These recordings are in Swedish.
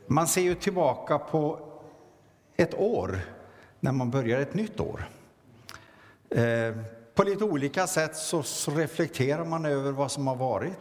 Man ser ju tillbaka på ett år när man börjar ett nytt år. På lite olika sätt så reflekterar man över vad som har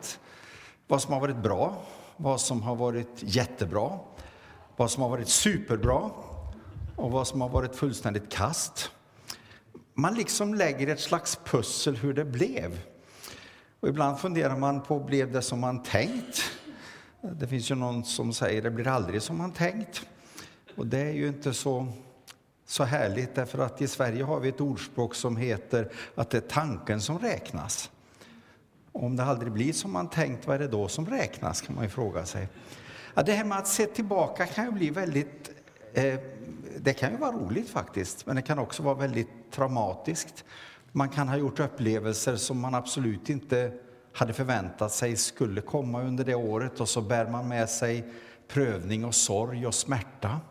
varit bra, vad som har varit jättebra, vad som har varit superbra och vad som har varit fullständigt kast. Man liksom lägger ett slags pussel hur det blev. Och ibland funderar man på, blev det som man tänkt? Det finns ju någon som säger, det blir aldrig som man tänkt. Och det är ju inte så härligt, därför att i Sverige har vi ett ordspråk som heter att det är tanken som räknas. Och om det aldrig blir som man tänkt, vad är det då som räknas, kan man ju fråga sig. Ja, det här med att se tillbaka kan ju bli väldigt, det kan ju vara roligt faktiskt, men det kan också vara väldigt traumatiskt. Man kan ha gjort upplevelser som man absolut inte hade förväntat sig skulle komma under det året, och så bär man med sig prövning och sorg och smärta.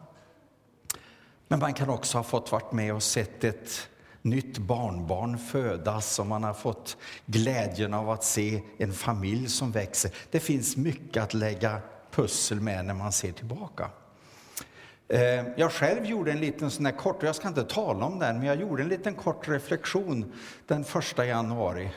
Men man kan också ha fått varit med och sett ett nytt barnbarn födas, och man har fått glädjen av att se en familj som växer. Det finns mycket att lägga pussel med när man ser tillbaka. Jag själv gjorde en liten sån här kort, jag ska inte tala om den, men jag gjorde en liten kort reflektion den 1 januari.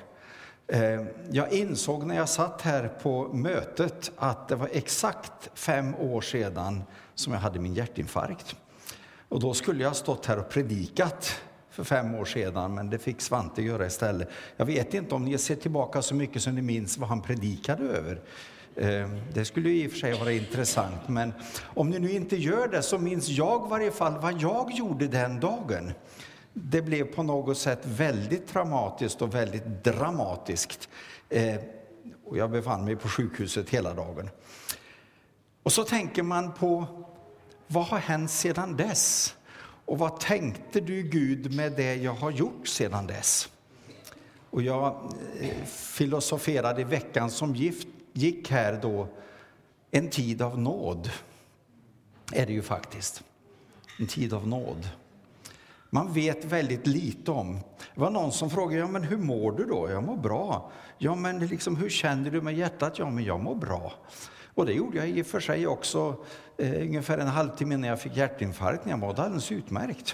Jag insåg när jag satt här på mötet att det var exakt 5 år sedan som jag hade min hjärtinfarkt. Och då skulle jag stått här och predikat för 5 år sedan, men det fick Svante göra istället. Jag vet inte om ni ser tillbaka så mycket som ni minns vad han predikade över. Det skulle ju i och för sig vara intressant, men om ni nu inte gör det så minns jag i varje fall vad jag gjorde den dagen. Det blev på något sätt väldigt traumatiskt och väldigt dramatiskt. Och jag befann mig på sjukhuset hela dagen. Och så tänker man på, vad har hänt sedan dess? Och vad tänkte du, Gud, med det jag har gjort sedan dess? Och jag filosoferade i veckan som gick här då, en tid av nåd. Är det ju faktiskt. En tid av nåd. Man vet väldigt lite om. Det var någon som frågade, ja men hur mår du då? Jag mår bra. Ja men liksom, hur känner du med hjärtat? Ja men jag mår bra. Och det gjorde jag i och för sig också ungefär en halvtimme när jag fick hjärtinfarkt. Jag mådde alldeles utmärkt.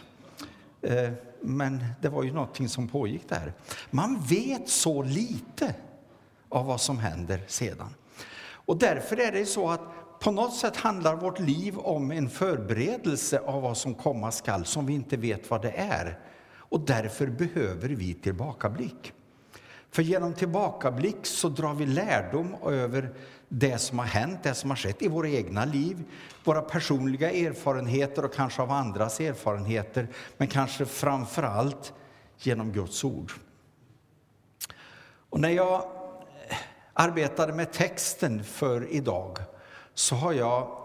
Men det var ju någonting som pågick där. Man vet så lite av vad som händer sedan. Och därför är det så att på något sätt handlar vårt liv om en förberedelse av vad som komma skall, som vi inte vet vad det är. Och därför behöver vi tillbakablick. För genom tillbakablick så drar vi lärdom över det som har hänt, det som har skett i våra egna liv, våra personliga erfarenheter och kanske av andras erfarenheter, men kanske framför allt genom Guds ord. Och när jag arbetade med texten för idag så har jag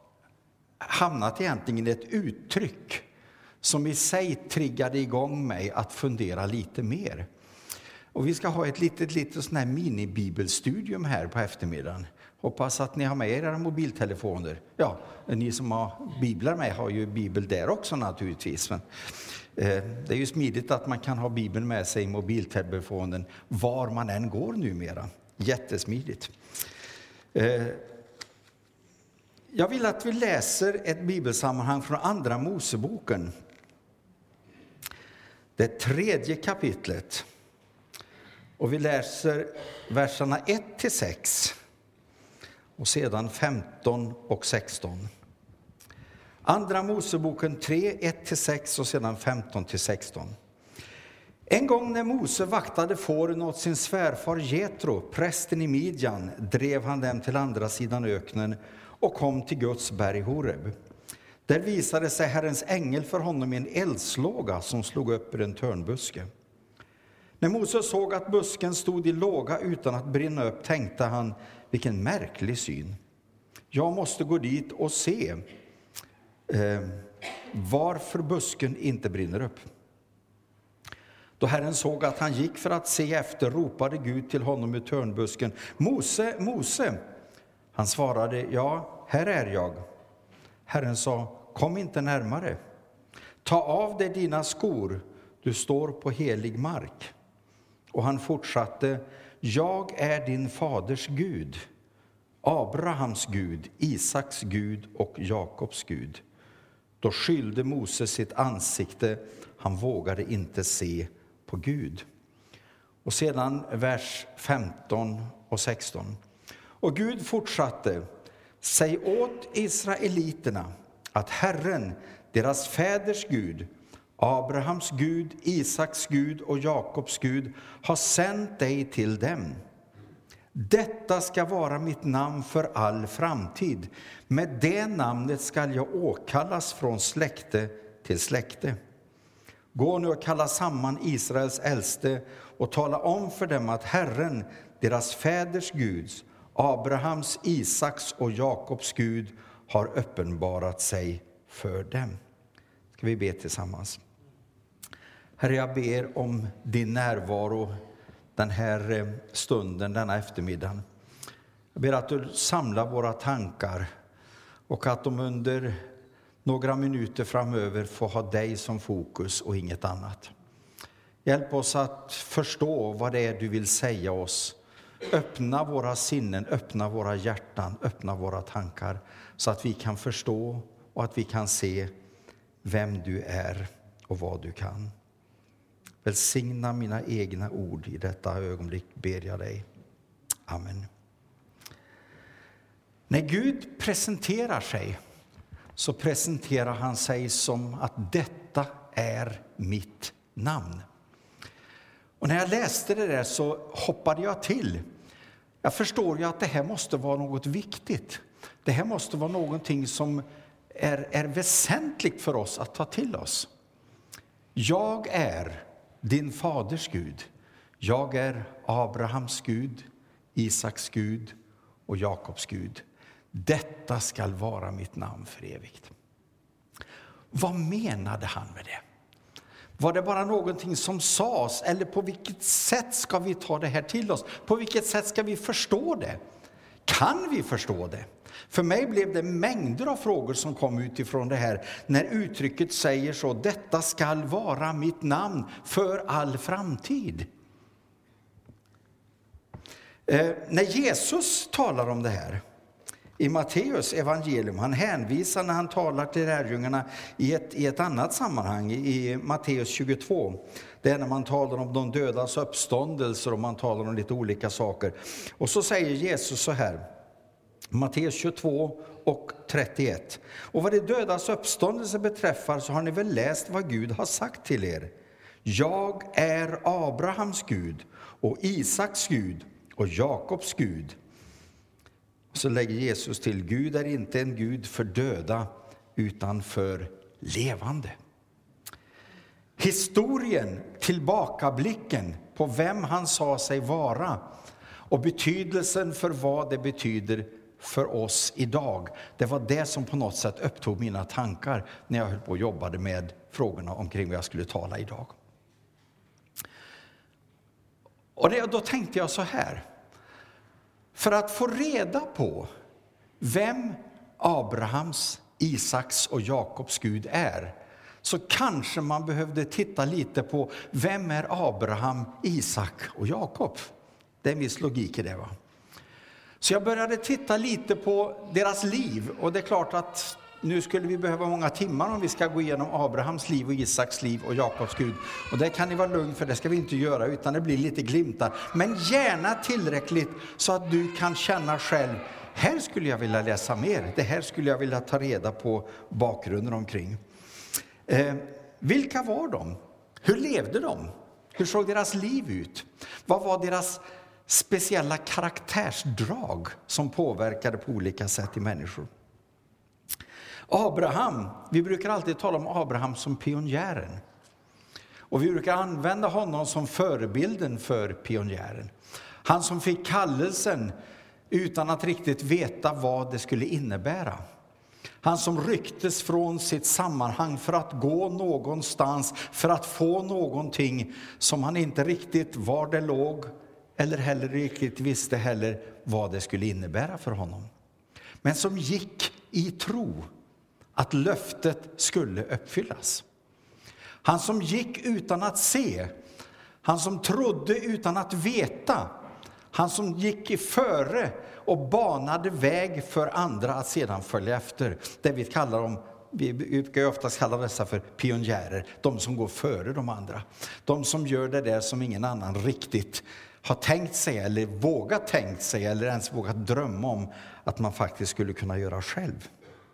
hamnat egentligen i ett uttryck som i sig triggade igång mig att fundera lite mer. Och vi ska ha ett litet sån här mini-bibelstudium här på eftermiddagen. Hoppas att ni har med era mobiltelefoner. Ja, ni som har biblar med har ju bibel där också naturligtvis. Men, det är ju smidigt att man kan ha bibeln med sig i mobiltelefonen var man än går numera. Jättesmidigt. Jag vill att vi läser ett bibelsammanhang från Andra Moseboken. Det 3:e kapitlet. Och vi läser verserna 1-6 och sedan 15 och 16. Andra Moseboken 3, 1-6 och sedan 15-16. En gång när Mose vaktade fåren åt sin svärfar Jetro, prästen i Midjan, drev han dem till andra sidan öknen och kom till Guds berg Horeb. Där visade sig Herrens ängel för honom i en eldslåga som slog upp ur en törnbuske. När Mose såg att busken stod i låga utan att brinna upp tänkte han, vilken märklig syn. Jag måste gå dit och se varför busken inte brinner upp. Då Herren såg att han gick för att se efter ropade Gud till honom ur törnbusken. Mose, Mose! Han svarade, ja, här är jag. Herren sa, kom inte närmare. Ta av dig dina skor, du står på helig mark. Och han fortsatte, jag är din faders Gud. Abrahams Gud, Isaks Gud och Jakobs Gud. Då skylde Mose sitt ansikte, han vågade inte se på Gud. Och sedan vers 15 och 16. Och Gud fortsatte: säg åt israeliterna att Herren, deras fäders Gud, Abrahams Gud, Isaks Gud och Jakobs Gud, har sänt dig till dem. Detta ska vara mitt namn för all framtid. Med det namnet skall jag åkallas från släkte till släkte. Gå nu och kalla samman Israels äldste och tala om för dem att Herren, deras fäders Guds, Abrahams, Isaks och Jakobs Gud, har uppenbarat sig för dem. Ska vi be tillsammans. Herre, jag ber om din närvaro den här stunden, denna eftermiddag. Jag ber att du samlar våra tankar och att de under några minuter framöver får ha dig som fokus och inget annat. Hjälp oss att förstå vad det är du vill säga oss. Öppna våra sinnen, öppna våra hjärtan, öppna våra tankar så att vi kan förstå och att vi kan se vem du är och vad du kan. Välsigna mina egna ord i detta ögonblick, ber jag dig. Amen. När Gud presenterar sig så presenterar han sig som att detta är mitt namn. Och när jag läste det där så hoppade jag till. Jag förstår ju att det här måste vara något viktigt. Det här måste vara någonting som är väsentligt för oss att ta till oss. Jag är din faders Gud. Jag är Abrahams Gud, Isaks Gud och Jakobs Gud. Detta ska vara mitt namn för evigt. Vad menade han med det? Var det bara någonting som sades? Eller på vilket sätt ska vi ta det här till oss? På vilket sätt ska vi förstå det? Kan vi förstå det? För mig blev det mängder av frågor som kom utifrån det här. När uttrycket säger så: detta ska vara mitt namn för all framtid. När Jesus talar om det här i Matteus evangelium, han hänvisar när han talar till lärjungarna i ett annat sammanhang i Matteus 22. Det är när man talar om de dödas uppståndelser och man talar om lite olika saker. Och så säger Jesus så här, Matteus 22 och 31. Och vad det dödas uppståndelse beträffar så har ni väl läst vad Gud har sagt till er. Jag är Abrahams Gud och Isaks Gud och Jakobs Gud. Så lägger Jesus till: Gud är inte en Gud för döda utan för levande. Historien, tillbakablicken på vem han sa sig vara och betydelsen för vad det betyder för oss idag. Det var det som på något sätt upptog mina tankar när jag höll på och jobbade med frågorna omkring vad jag skulle tala idag. Och då tänkte jag så här. För att få reda på vem Abrahams, Isaks och Jakobs Gud är, så kanske man behövde titta lite på vem är Abraham, Isak och Jakob. Det är en viss logik i det, va? Så jag började titta lite på deras liv, och det är klart att nu skulle vi behöva många timmar om vi ska gå igenom Abrahams liv och Isaks liv och Jakobs Gud. Och det kan ni vara lugn för, det ska vi inte göra, utan det blir lite glimtar. Men gärna tillräckligt så att du kan känna själv: här skulle jag vilja läsa mer. Det här skulle jag vilja ta reda på bakgrunden omkring. Vilka var de? Hur levde de? Hur såg deras liv ut? Vad var deras speciella karaktärsdrag som påverkade på olika sätt i människor? Abraham, vi brukar alltid tala om Abraham som pionjären. Och vi brukar använda honom som förebilden för pionjären. Han som fick kallelsen utan att riktigt veta vad det skulle innebära. Han som rycktes från sitt sammanhang för att gå någonstans, för att få någonting som han inte riktigt var det låg, eller heller riktigt visste heller vad det skulle innebära för honom. Men som gick i tro att löftet skulle uppfyllas. Han som gick utan att se. Han som trodde utan att veta. Han som gick i före och banade väg för andra att sedan följa efter. Det vi kallar dem, vi brukar oftast kalla dessa för pionjärer. De som går före de andra. De som gör det där som ingen annan riktigt har tänkt sig eller vågat tänkt sig eller ens vågat drömma om att man faktiskt skulle kunna göra själv.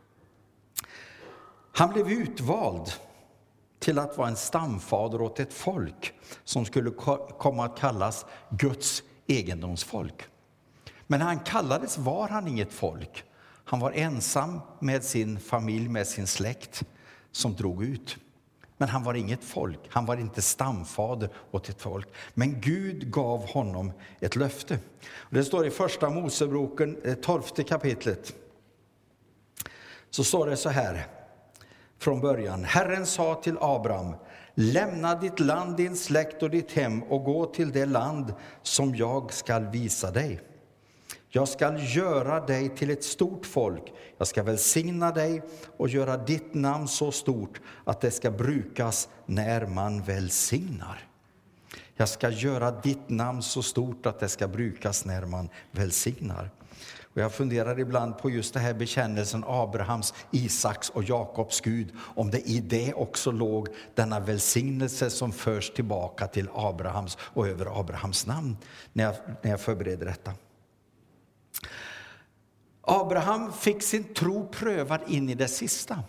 Han blev utvald till att vara en stamfader åt ett folk som skulle komma att kallas Guds egendomsfolk. Men när han kallades var han inget folk. Han var ensam med sin familj, med sin släkt som drog ut. Men han var inget folk, han var inte stamfader åt ett folk. Men Gud gav honom ett löfte. Och det står i första Moseboken, 12 kapitlet. Så står det så här från början. Herren sa till Abraham: lämna ditt land, din släkt och ditt hem och gå till det land som jag skall visa dig. Jag skall göra dig till ett stort folk. Jag ska välsigna dig och göra ditt namn så stort att det ska brukas när man välsignar. Jag ska göra ditt namn så stort att det ska brukas när man välsignar. Och jag funderar ibland på just det här bekännelsen Abrahams, Isaks och Jakobs Gud. Om det i det också låg denna välsignelse som förs tillbaka till Abrahams och över Abrahams namn när jag förbereder detta. Abraham fick sin tro prövad in i det sista.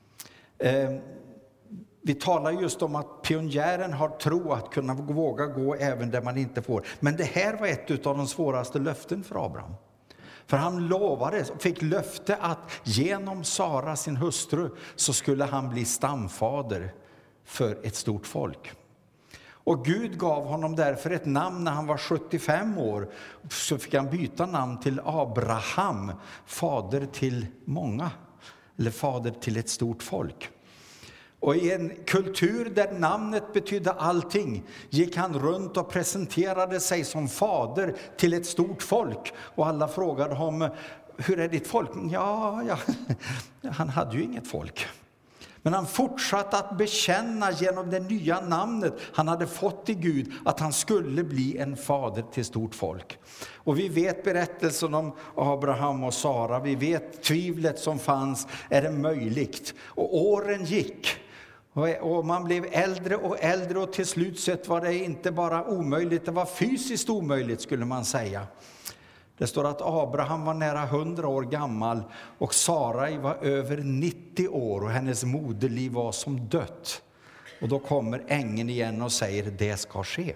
Vi talar just om att pionjären har tro att kunna våga gå även där man inte får. Men det här var ett av de svåraste löften för Abraham. För han lovade och fick löfte att genom Sara, sin hustru, så skulle han bli stamfader för ett stort folk. Och Gud gav honom därför ett namn när han var 75 år. Så fick han byta namn till Abraham, fader till många, eller fader till ett stort folk. Och i en kultur där namnet betydde allting gick han runt och presenterade sig som fader till ett stort folk. Och alla frågade honom: hur är ditt folk? Ja, han hade ju inget folk. Men han fortsatte att bekänna genom det nya namnet han hade fått i Gud att han skulle bli en fader till stort folk. Och vi vet berättelsen om Abraham och Sara. Vi vet tvivlet som fanns. Är det möjligt? Och åren gick. Och man blev äldre och äldre och till slut sett var det inte bara omöjligt. Det var fysiskt omöjligt skulle man säga. Det står att Abraham var nära 100 år gammal och Sarai var över 90 år och hennes moderliv var som dött. Och då kommer ängeln igen och säger: det ska ske.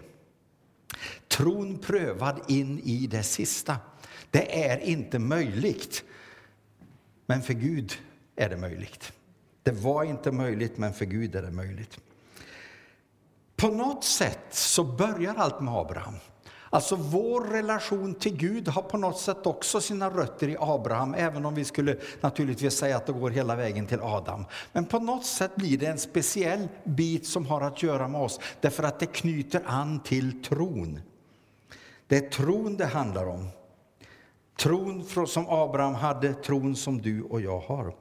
Tron prövad in i det sista. Det är inte möjligt, men för Gud är det möjligt. Det var inte möjligt, men för Gud är det möjligt. På något sätt så börjar allt med Abraham. Alltså vår relation till Gud har på något sätt också sina rötter i Abraham. Även om vi skulle naturligtvis säga att det går hela vägen till Adam. Men på något sätt blir det en speciell bit som har att göra med oss. Därför att det knyter an till tron. Det är tron det handlar om. Tron som Abraham hade, tron som du och jag har.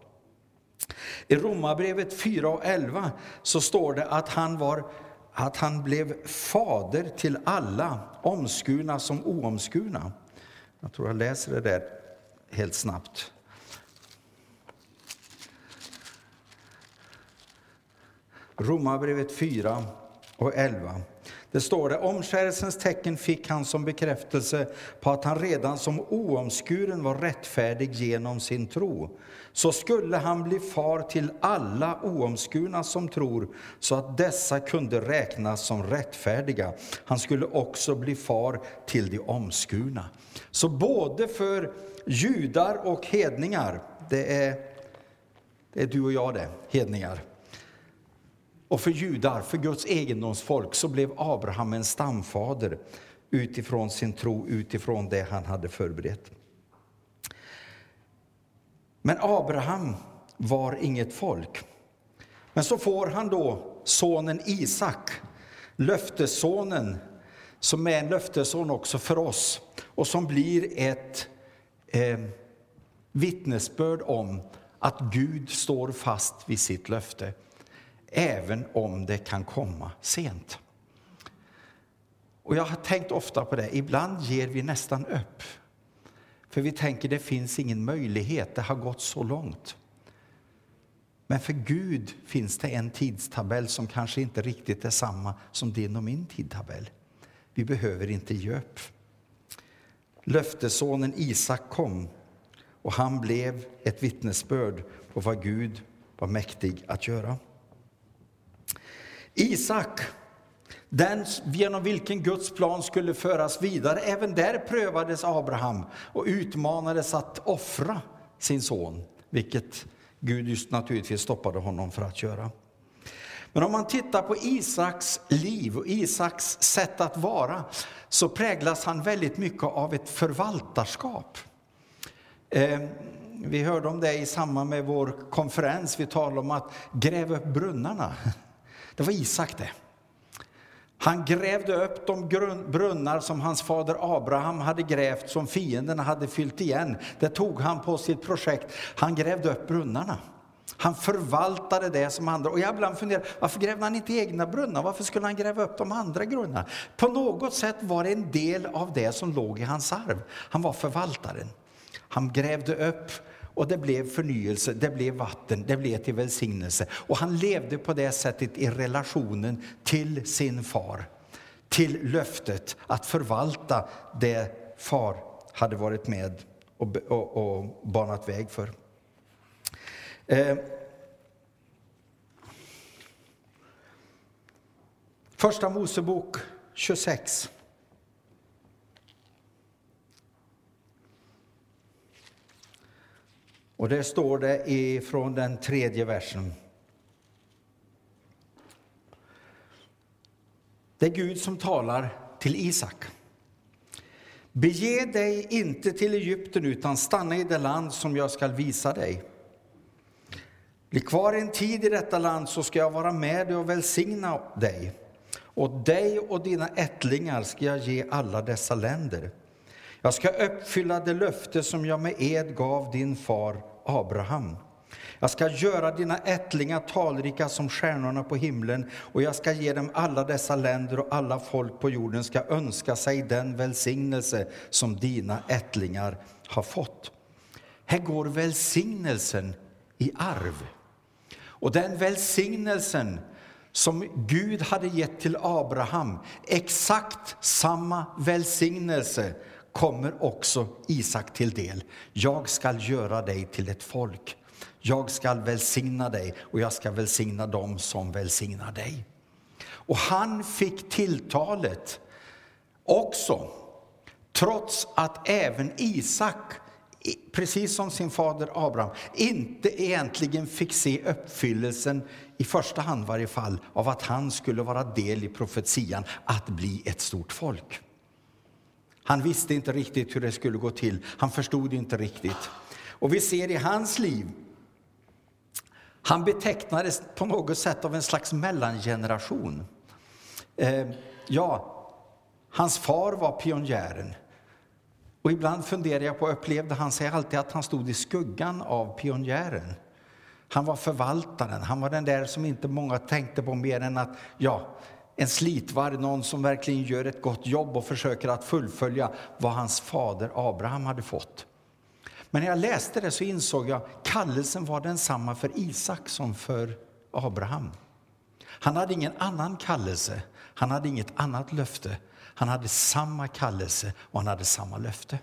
I Romarbrevet 4:11 så står det att han blev fader till alla, omskurna som oomskurna. Jag tror jag läser det där helt snabbt. Romarbrevet 4:11. Det står det: omskärelsens tecken fick han som bekräftelse på att han redan som oomskuren var rättfärdig genom sin tro. Så skulle han bli far till alla oomskurna som tror, så att dessa kunde räknas som rättfärdiga. Han skulle också bli far till de omskurna. Så både för judar och hedningar, det är du och jag det, hedningar. Och för judar, för Guds egendomsfolk, så blev Abraham en stamfader utifrån sin tro, utifrån det han hade förberett. Men Abraham var inget folk. Men så får han då sonen Isak, löftessonen, som är en löftesson också för oss. Och som blir ett vittnesbörd om att Gud står fast vid sitt löfte. Även om det kan komma sent. Och jag har tänkt ofta på det. Ibland ger vi nästan upp. För vi tänker det finns ingen möjlighet, det har gått så långt. Men för Gud finns det en tidstabell som kanske inte riktigt är samma som din och min tidtabell. Vi behöver inte ge upp. Löftesonen Isak kom och han blev ett vittnesbörd på vad Gud var mäktig att göra. Isak, den genom vilken Guds plan skulle föras vidare, även där prövades Abraham och utmanades att offra sin son, vilket Gud just naturligtvis stoppade honom för att göra. Men om man tittar på Isaks liv och Isaks sätt att vara, så präglas han väldigt mycket av ett förvaltarskap. Vi hörde om det i samband med vår konferens. Vi talade om att gräva upp brunnarna. Det var Isak det. Han grävde upp de brunnar som hans fader Abraham hade grävt, som fienderna hade fyllt igen. Det tog han på sitt projekt. Han grävde upp brunnarna. Han förvaltade det som andra. Och jag ibland funderar, varför grävde han inte egna brunnar? Varför skulle han gräva upp de andra brunnar? På något sätt var det en del av det som låg i hans arv. Han var förvaltaren. Han grävde upp och det blev förnyelse, det blev vatten, det blev till välsignelse. Och han levde på det sättet i relationen till sin far. Till löftet att förvalta det far hade varit med och banat väg för. Första Mosebok 26. Och det står det ifrån den 3:e versen. Det är Gud som talar till Isak. Bege dig inte till Egypten utan stanna i det land som jag ska visa dig. Bli kvar en tid i detta land så ska jag vara med dig och välsigna dig. Och dig och dina ättlingar ska jag ge alla dessa länder. Jag ska uppfylla det löfte som jag med ed gav din far Abraham. Jag ska göra dina ättlingar talrika som stjärnorna på himlen, och jag ska ge dem alla dessa länder, och alla folk på jorden ska önska sig den välsignelse som dina ättlingar har fått. Här går välsignelsen i arv. Och den välsignelsen som Gud hade gett till Abraham, exakt samma välsignelse kommer också Isak till del. Jag ska göra dig till ett folk. Jag ska välsigna dig och jag ska välsigna dem som välsignar dig. Och han fick tilltalet också, trots att även Isak, precis som sin fader Abraham, inte egentligen fick se uppfyllelsen, i första hand varje fall, av att han skulle vara del i profetian att bli ett stort folk. Han visste inte riktigt hur det skulle gå till. Han förstod inte riktigt. Och vi ser i hans liv, han betecknades på något sätt av en slags mellangeneration. Hans far var pionjären. Och ibland funderar jag på, upplevde han sig alltid att han stod i skuggan av pionjären. Han var förvaltaren. Han var den där som inte många tänkte på mer än att, en slitvarg, någon som verkligen gör ett gott jobb och försöker att fullfölja vad hans fader Abraham hade fått. Men när jag läste det så insåg jag att kallelsen var densamma för Isak som för Abraham. Han hade ingen annan kallelse. Han hade inget annat löfte. Han hade samma kallelse och han hade samma löfte.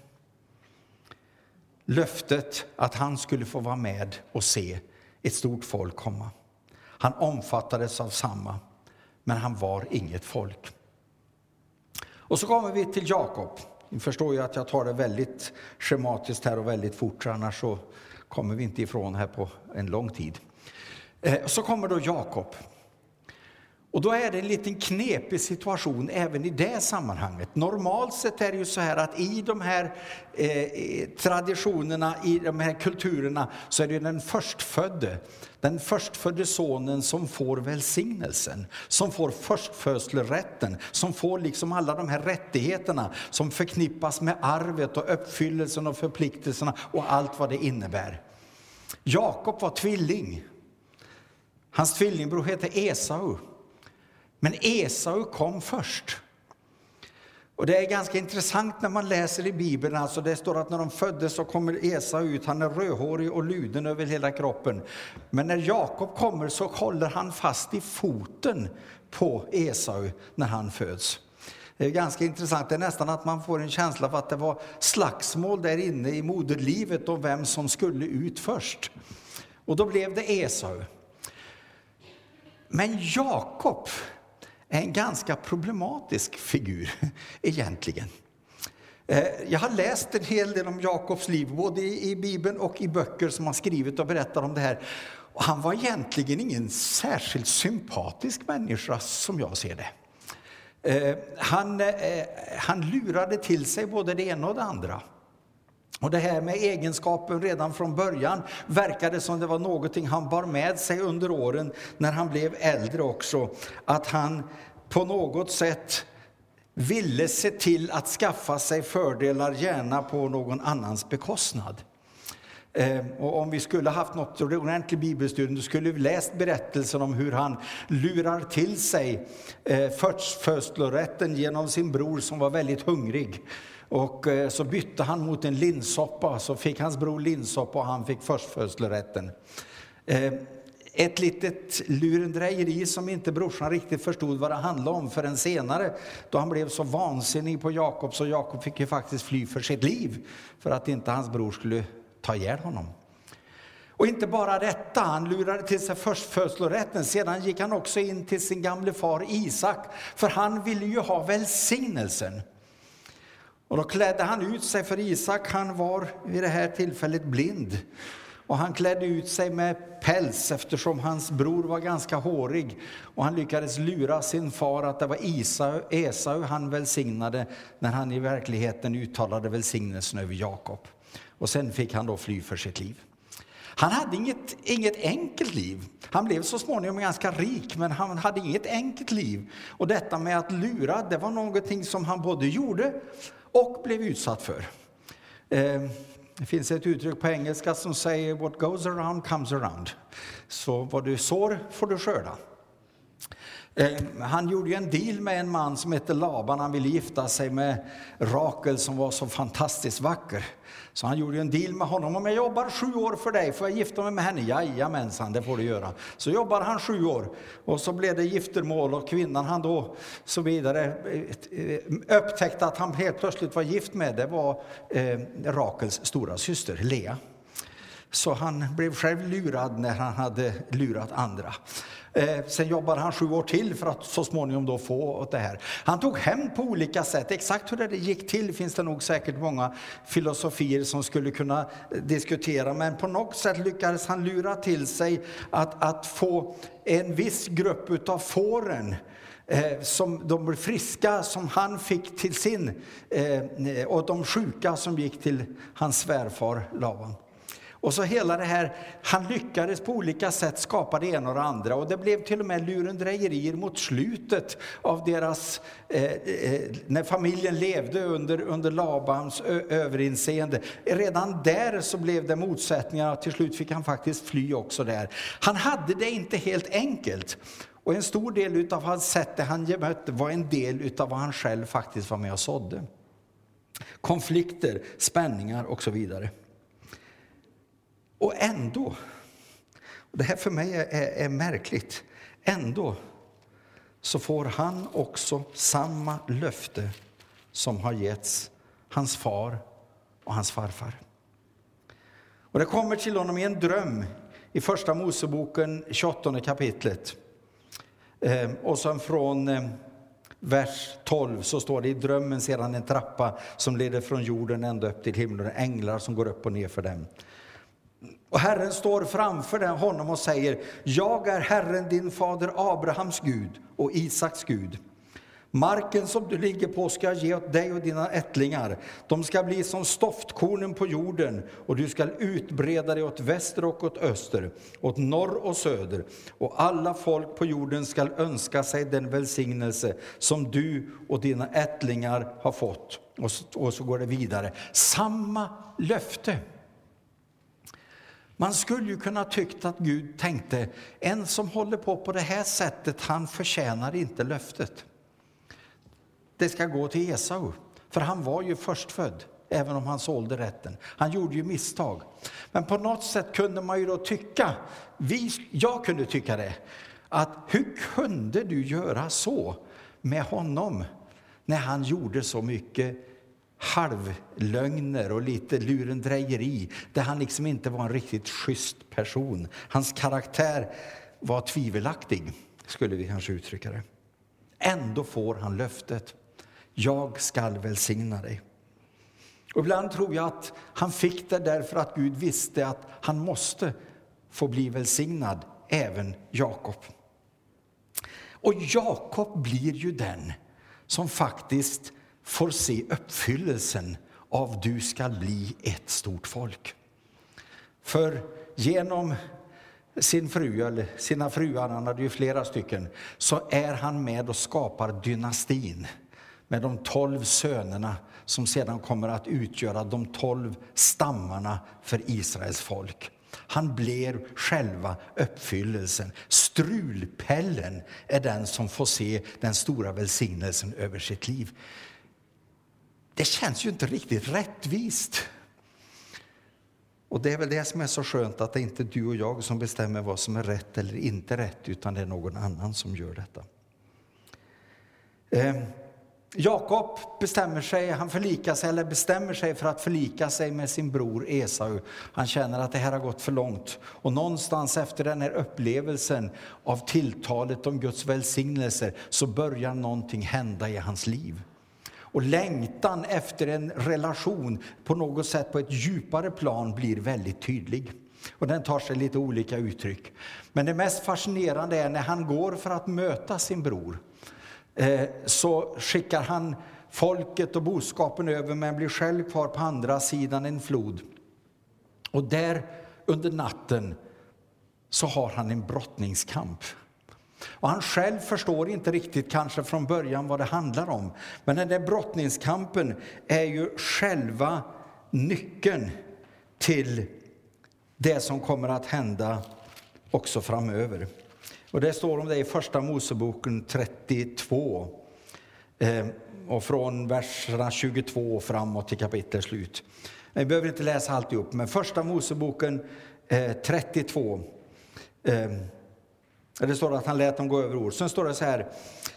Löftet att han skulle få vara med och se ett stort folk komma. Han omfattades av samma, men han var inget folk. Och så kommer vi till Jakob. Ni förstår ju att jag tar det väldigt schematiskt här och väldigt fort, annars så kommer vi inte ifrån här på en lång tid. Så kommer då Jakob. Och då är det en liten knepig situation även i det sammanhanget. Normalt sett är det ju så här att i de här traditionerna, i de här kulturerna, så är det den förstfödde sonen som får välsignelsen, som får förstfödslorätten, som får liksom alla de här rättigheterna som förknippas med arvet och uppfyllelsen och förpliktelserna och allt vad det innebär. Jakob var tvilling. Hans tvillingbror heter Esau. Men Esau kom först. Och det är ganska intressant när man läser i Bibeln. Alltså det står att när de föddes så kommer Esau ut. Han är rödhårig och luden över hela kroppen. Men när Jakob kommer så håller han fast i foten på Esau när han föds. Det är ganska intressant. Det är nästan att man får en känsla av att det var slagsmål där inne i moderlivet om vem som skulle ut först. Och då blev det Esau. Men Jakob är en ganska problematisk figur egentligen. Jag har läst en hel del om Jakobs liv, både i Bibeln och i böcker som har skrivit och berättar om det här. Och han var egentligen ingen särskilt sympatisk människa som jag ser det. Han lurade till sig både det ena och det andra. Och det här med egenskapen redan från början verkade som det var någonting han bar med sig under åren när han blev äldre också. Att han på något sätt ville se till att skaffa sig fördelar, gärna på någon annans bekostnad. Och om vi skulle haft något ordentligt bibelstudium, då skulle vi läst berättelsen om hur han lurar till sig förstfödslorätten genom sin bror som var väldigt hungrig. Och så bytte han mot en linssoppa, så fick hans bror linssoppa och han fick förstfödslorätten. Ett litet lurendrejeri som inte brorsan riktigt förstod vad det handlade om förrän senare, då han blev så vansinnig på Jakob, så Jakob fick ju faktiskt fly för sitt liv för att inte hans bror skulle ta ihjäl honom. Och inte bara detta, han lurade till sig förstfödslorätten. Sedan gick han också in till sin gamle far Isak, för han ville ju ha välsignelsen. Och då klädde han ut sig, för Isak han var vid det här tillfället blind. Och han klädde ut sig med päls eftersom hans bror var ganska hårig. Och han lyckades lura sin far att det var Esau han välsignade, när han i verkligheten uttalade välsignelsen över Jakob. Och sen fick han då fly för sitt liv. Han hade inget enkelt liv. Han blev så småningom ganska rik, men han hade inget enkelt liv. Och detta med att lura, det var någonting som han både gjorde och blev utsatt för. Det finns ett uttryck på engelska som säger what goes around comes around. Så vad du sår får du skörda. Han gjorde ju en deal med en man som hette Laban. Han ville gifta sig med Rakel som var så fantastiskt vacker. Så han gjorde en deal med honom. Om jag jobbar 7 år för dig, får jag gifta mig med henne? Jajamensan, det får du göra. Så jobbar han 7 år. Och så blev det giftermål, och kvinnan han då så vidare upptäckte att han helt plötsligt var gift med. Det var Rakels stora syster Lea. Så han blev själv lurad när han hade lurat andra. Sen jobbade han 7 år till för att så småningom då få det här. Han tog hem på olika sätt. Exakt hur det gick till finns det nog säkert många filosofier som skulle kunna diskutera. Men på något sätt lyckades han lura till sig att få en viss grupp utav fåren som de blev friska som han fick till sin, och de sjuka som gick till hans svärfar Laban. Och så hela det här, han lyckades på olika sätt skapa det ena och det andra. Och det blev till och med lurendrejerier mot slutet av deras, när familjen levde under Labans överinseende. Redan där så blev det motsättningar, och till slut fick han faktiskt fly också där. Han hade det inte helt enkelt. Och en stor del av hans sätt han mötte var en del av vad han själv faktiskt var med och sådde. Konflikter, spänningar och så vidare. Och ändå, och det här för mig är märkligt, ändå så får han också samma löfte som har getts hans far och hans farfar. Och det kommer till honom i en dröm i första Moseboken 28 kapitlet. Och sen från vers 12 så står det: i drömmen sedan en trappa som leder från jorden ända upp till himlen, änglar som går upp och ner för dem. Och Herren står framför honom och säger: jag är Herren din fader Abrahams Gud och Isaks Gud. Marken som du ligger på ska jag ge åt dig och dina ättlingar. De ska bli som stoftkornen på jorden, och du ska utbreda dig åt väster och åt öster, åt norr och söder. Och alla folk på jorden ska önska sig den välsignelse som du och dina ättlingar har fått. Och så går det vidare. Samma löfte. Man skulle ju kunna tycka att Gud tänkte: en som håller på det här sättet, han förtjänar inte löftet. det ska gå till Esau. För han var ju förstfödd, även om han sålde rätten. Han gjorde ju misstag. Men på något sätt kunde man ju då tycka, jag kunde tycka det, att hur kunde du göra så med honom när han gjorde så mycket halvlögner och lite lurendrejeri, där han liksom inte var en riktigt schysst person. Hans karaktär var tvivelaktig, skulle vi kanske uttrycka det. Ändå får han löftet: jag skall välsigna dig. Och ibland tror jag att han fick det därför att Gud visste att han måste få bli välsignad, även Jakob. Och Jakob blir ju den som faktiskt får se uppfyllelsen av du ska bli ett stort folk. För genom sin fru, eller sina fruar, han hade ju flera stycken, så är han med och skapar dynastin med de 12 sönerna som sedan kommer att utgöra de 12 stammarna för Israels folk. Han blir själva uppfyllelsen. Strulpellen är den som får se den stora välsignelsen över sitt liv. Det känns ju inte riktigt rättvist. Och det är väl det som är så skönt, att det inte är du och jag som bestämmer vad som är rätt eller inte rätt, utan det är någon annan som gör detta. Jakob bestämmer sig för att förlika sig med sin bror Esau. Han känner att det här har gått för långt. Och någonstans efter den här upplevelsen av tilltalet om Guds välsignelser så börjar någonting hända i hans liv. Och längtan efter en relation på något sätt på ett djupare plan blir väldigt tydlig. Och den tar sig lite olika uttryck. Men det mest fascinerande är när han går för att möta sin bror. Så skickar han folket och boskapen över, men blir själv kvar på andra sidan en flod. Och där under natten så har han en brottningskamp. Och han själv förstår inte riktigt kanske från början vad det handlar om. Men den där brottningskampen är ju själva nyckeln till det som kommer att hända också framöver. Och det står om det i första Moseboken 32. Och från verserna 22 framåt till kapitlets slut. Vi behöver inte läsa alltihop, men första Moseboken 32. Det står att han lät dem gå över ord. Sen står det så här.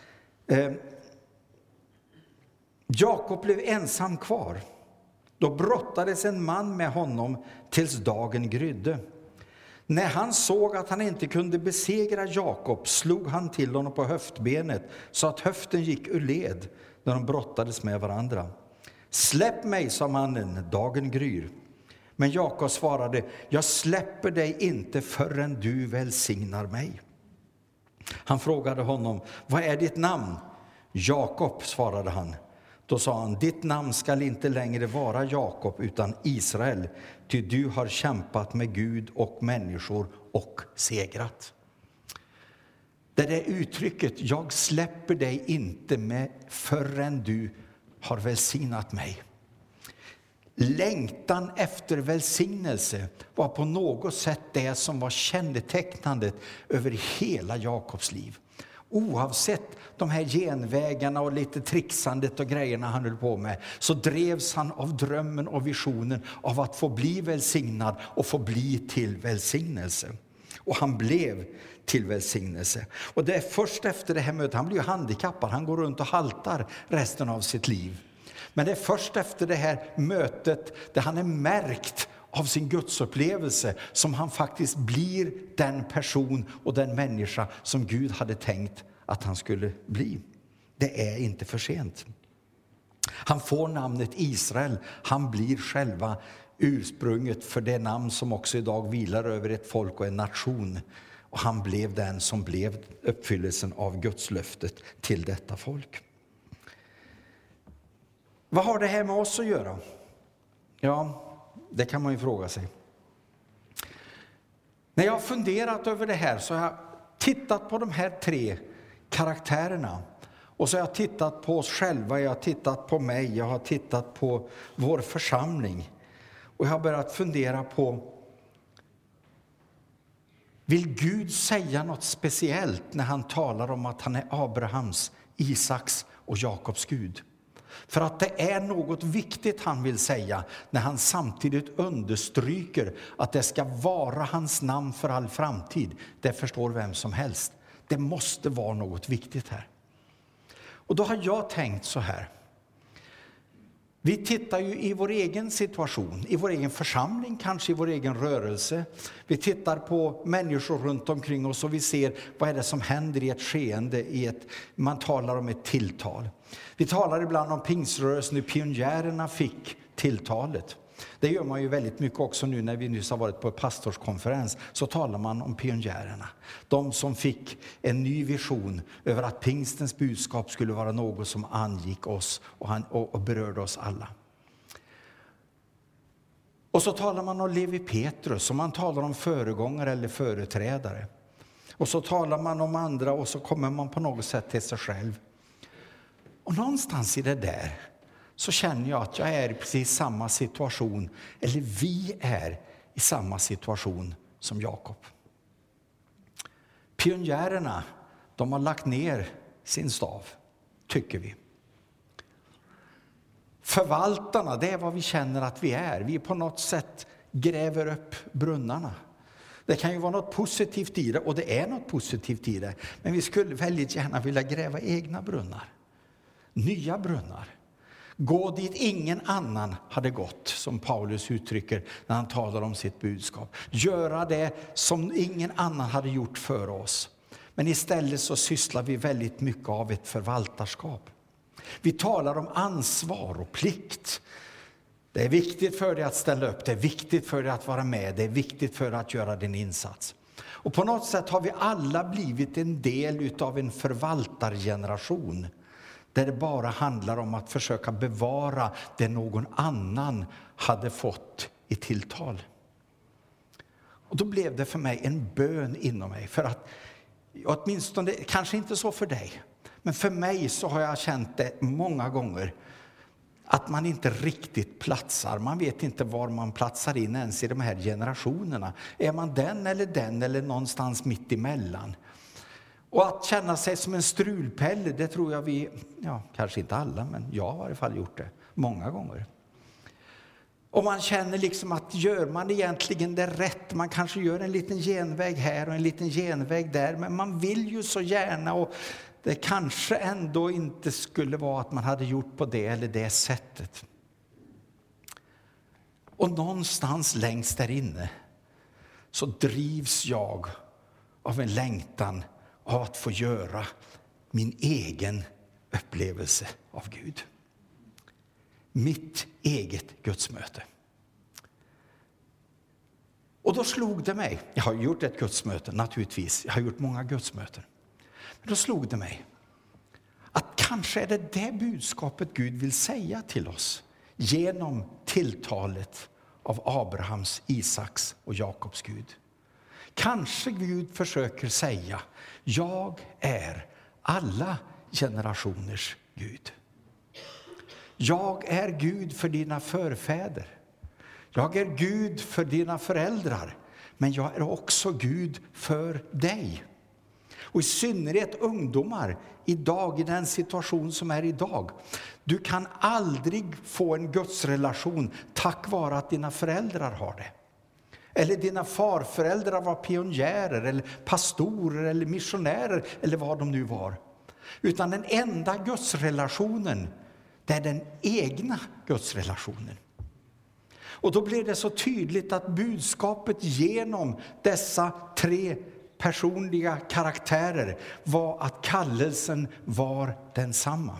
Jakob blev ensam kvar. Då brottades en man med honom tills dagen grydde. När han såg att han inte kunde besegra Jakob slog han till honom på höftbenet så att höften gick ur led när de brottades med varandra. Släpp mig, sa mannen, dagen gryr. Men Jakob svarade, jag släpper dig inte förrän du välsignar mig. Han frågade honom, vad är ditt namn? Jakob, svarade han. Då sa han, ditt namn skall inte längre vara Jakob utan Israel, ty du har kämpat med Gud och människor och segrat. Det där uttrycket, jag släpper dig inte med förrän du har välsignat mig. Längtan efter välsignelse var på något sätt det som var kännetecknandet över hela Jakobs liv. Oavsett de här genvägarna och lite trixandet och grejerna han höll på med, så drevs han av drömmen och visionen av att få bli välsignad och få bli till välsignelse. Och han blev till välsignelse. Och det är först efter det här mötet, han blir ju handikappad, han går runt och haltar resten av sitt liv. Men det är först efter det här mötet där han är märkt av sin gudsupplevelse som han faktiskt blir den person och den människa som Gud hade tänkt att han skulle bli. Det är inte för sent. Han får namnet Israel. Han blir själva ursprunget för det namn som också idag vilar över ett folk och en nation. Och han blev den som blev uppfyllelsen av Guds löftet till detta folk. Vad har det här med oss att göra? Ja, det kan man ju fråga sig. När jag har funderat över det här så har jag tittat på de här 3 karaktärerna. Och så har jag tittat på oss själva, jag har tittat på mig, jag har tittat på vår församling. Och jag har börjat fundera på, vill Gud säga något speciellt när han talar om att han är Abrahams, Isaks och Jakobs Gud. För att det är något viktigt han vill säga när han samtidigt understryker att det ska vara hans namn för all framtid. Det förstår vem som helst. Det måste vara något viktigt här. Och då har jag tänkt så här. Vi tittar ju i vår egen situation, i vår egen församling, kanske i vår egen rörelse. Vi tittar på människor runt omkring oss och vi ser vad är det som händer i ett skeende, man talar om ett tilltal. Vi talar ibland om pingsrörelsen, hur pionjärerna fick tilltalet. Det gör man ju väldigt mycket också nu när vi nyss har varit på en pastorskonferens, så talar man om pionjärerna. De som fick en ny vision över att pingstens budskap skulle vara något som angick oss och berörde oss alla. Och så talar man om Levi Petrus, som man talar om föregångare eller företrädare. Och så talar man om andra och så kommer man på något sätt till sig själv. Och någonstans i det där så känner jag att jag är i precis samma situation, eller vi är i samma situation som Jakob. Pionjärerna, de har lagt ner sin stav, tycker vi. Förvaltarna, det är vad vi känner att vi är. Vi på något sätt gräver upp brunnarna. Det kan ju vara något positivt i det, och det är något positivt i det. Men vi skulle väldigt gärna vilja gräva egna brunnar. Nya brunnar. Gå dit ingen annan hade gått, som Paulus uttrycker när han talar om sitt budskap. Göra det som ingen annan hade gjort för oss. Men istället så sysslar vi väldigt mycket av ett förvaltarskap. Vi talar om ansvar och plikt. Det är viktigt för dig att ställa upp, det är viktigt för dig att vara med, det är viktigt för dig att göra din insats. Och på något sätt har vi alla blivit en del av en förvaltargeneration. Där det bara handlar om att försöka bevara det någon annan hade fått i tilltal. Och då blev det för mig en bön inom mig. För att, åtminstone, kanske inte så för dig. Men för mig så har jag känt det många gånger. Att man inte riktigt platsar. Man vet inte var man platsar in ens i de här generationerna. Är man den eller någonstans mitt emellan? Och att känna sig som en strulpelle, det tror jag vi, kanske inte alla, men jag har i alla fall gjort det många gånger. Och man känner liksom att gör man egentligen det rätt, man kanske gör en liten genväg här och en liten genväg där, men man vill ju så gärna, och det kanske ändå inte skulle vara att man hade gjort på det eller det sättet. Och någonstans längst där inne så drivs jag av en längtan av att få göra min egen upplevelse av Gud. Mitt eget gudsmöte. Och då slog det mig. Jag har gjort ett gudsmöte, naturligtvis. Jag har gjort många gudsmöten. Men då slog det mig att kanske är det budskapet Gud vill säga till oss genom tilltalet av Abrahams, Isaks och Jakobs Gud. Kanske Gud försöker säga: jag är alla generationers Gud. Jag är Gud för dina förfäder. Jag är Gud för dina föräldrar. Men jag är också Gud för dig. Och i synnerhet ungdomar idag, i den situation som är idag. Du kan aldrig få en gudsrelation tack vare att dina föräldrar har det. Eller dina farföräldrar var pionjärer eller pastorer eller missionärer eller vad de nu var. Utan den enda gudsrelationen, det är den egna gudsrelationen. Och då blir det så tydligt att budskapet genom dessa tre personliga karaktärer var att kallelsen var densamma.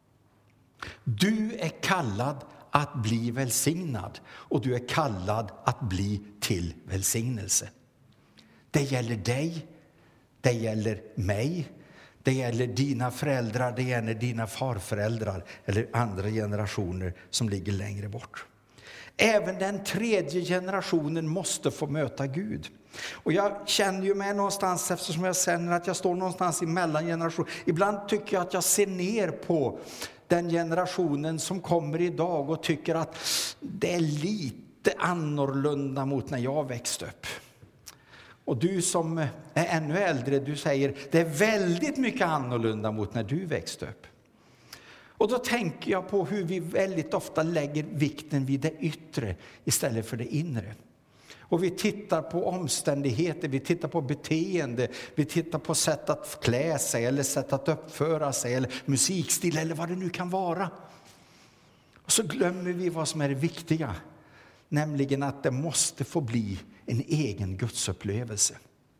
Du är kallad att bli välsignad, och du är kallad att bli till välsignelse. Det gäller dig, det gäller mig, det gäller dina föräldrar, det gäller dina farföräldrar eller andra generationer som ligger längre bort. Även den tredje generationen måste få möta Gud. Och jag känner ju mig någonstans, eftersom jag känner att jag står någonstans i mellangeneration. Ibland tycker jag att jag ser ner på den generationen som kommer idag och tycker att det är lite annorlunda mot när jag växte upp. Och du som är ännu äldre, du säger det är väldigt mycket annorlunda mot när du växte upp. Och då tänker jag på hur vi väldigt ofta lägger vikten vid det yttre istället för det inre. Och vi tittar på omständigheter, vi tittar på beteende, vi tittar på sätt att klä sig eller sätt att uppföra sig eller musikstil eller vad det nu kan vara. Och så glömmer vi vad som är det viktiga, nämligen att det måste få bli en egen gudsupplevelse.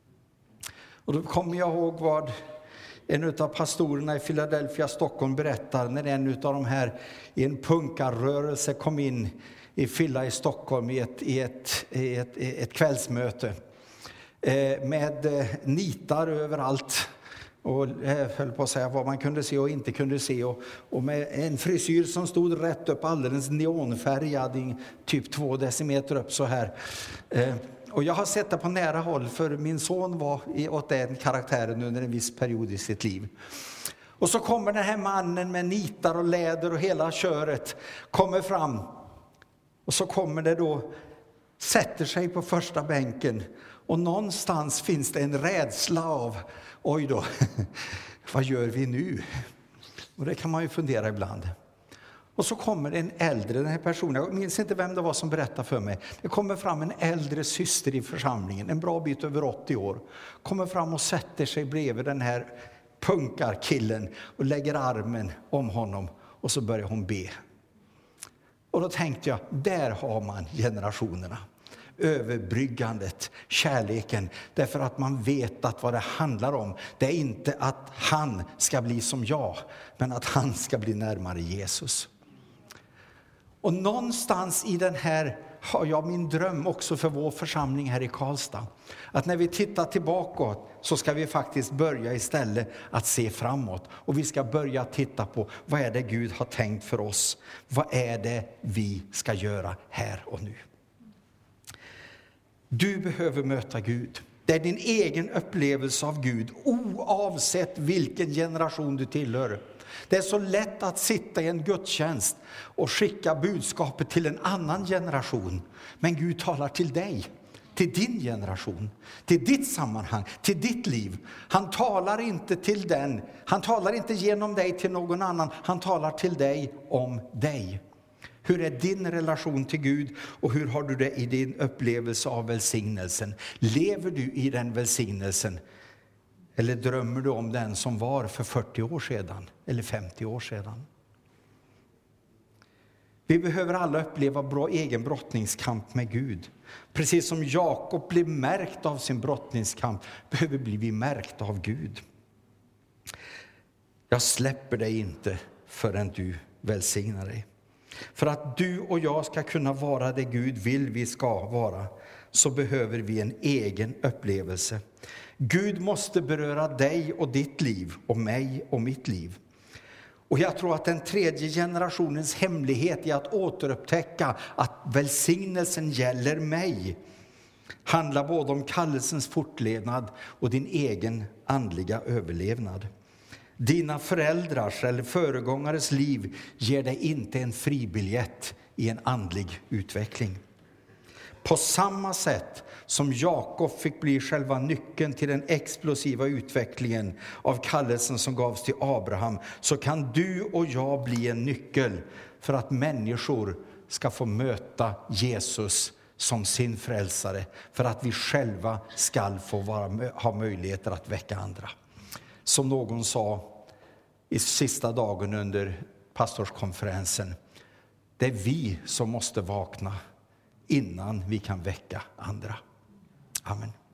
Och då kommer jag ihåg vad en av pastorerna i Philadelphia, Stockholm berättar när en av de här i en punkarrörelse kom in i Fylla i Stockholm i ett kvällsmöte med nitar överallt och höll på att säga vad man kunde se och inte kunde se och med en frisyr som stod rätt upp, alldeles neonfärgad, typ 2 decimeter upp så här. Och jag har sett det på nära håll, för min son var åt den karaktären under en viss period i sitt liv. Och så kommer den här mannen med nitar och läder och hela köret kommer fram. Och så kommer det då, sätter sig på första bänken. Och någonstans finns det en rädsla av, oj då, vad gör vi nu? Och det kan man ju fundera ibland. Och så kommer en äldre, den här personen, jag minns inte vem det var som berättade för mig. Det kommer fram en äldre syster i församlingen, en bra bit över 80 år. Kommer fram och sätter sig bredvid den här punkarkillen och lägger armen om honom. Och så börjar hon be. Och då tänkte jag, där har man generationerna. Överbryggandet, kärleken. Därför att man vet att vad det handlar om, det är inte att han ska bli som jag, men att han ska bli närmare Jesus. Och någonstans i den här har jag min dröm också för vår församling här i Karlstad. Att när vi tittar tillbaka så ska vi faktiskt börja istället att se framåt. Och vi ska börja titta på vad är det Gud har tänkt för oss. Vad är det vi ska göra här och nu. Du behöver möta Gud. Det är din egen upplevelse av Gud oavsett vilken generation du tillhör. Det är så lätt att sitta i en gudstjänst och skicka budskapet till en annan generation. Men Gud talar till dig, till din generation, till ditt sammanhang, till ditt liv. Han talar inte till den, han talar inte genom dig till någon annan. Han talar till dig om dig. Hur är din relation till Gud och hur har du det i din upplevelse av välsignelsen? Lever du i den välsignelsen? Eller drömmer du om den som var för 40 år sedan eller 50 år sedan? Vi behöver alla uppleva bra egen brottningskamp med Gud. Precis som Jakob blev märkt av sin brottningskamp behöver vi märkt av Gud. Jag släpper dig inte förrän du välsignar dig. För att du och jag ska kunna vara det Gud vill vi ska vara, så behöver vi en egen upplevelse. Gud måste beröra dig och ditt liv och mig och mitt liv. Och jag tror att den tredje generationens hemlighet är att återupptäcka att välsignelsen gäller mig. Handlar både om kallelsens fortlevnad och din egen andliga överlevnad. Dina föräldrars eller föregångares liv ger dig inte en fribiljett i en andlig utveckling. På samma sätt som Jakob fick bli själva nyckeln till den explosiva utvecklingen av kallelsen som gavs till Abraham, så kan du och jag bli en nyckel för att människor ska få möta Jesus som sin frälsare, för att vi själva ska få ha möjligheter att väcka andra. Som någon sa i sista dagen under pastorskonferensen, det är vi som måste vakna innan vi kan väcka andra. Amen.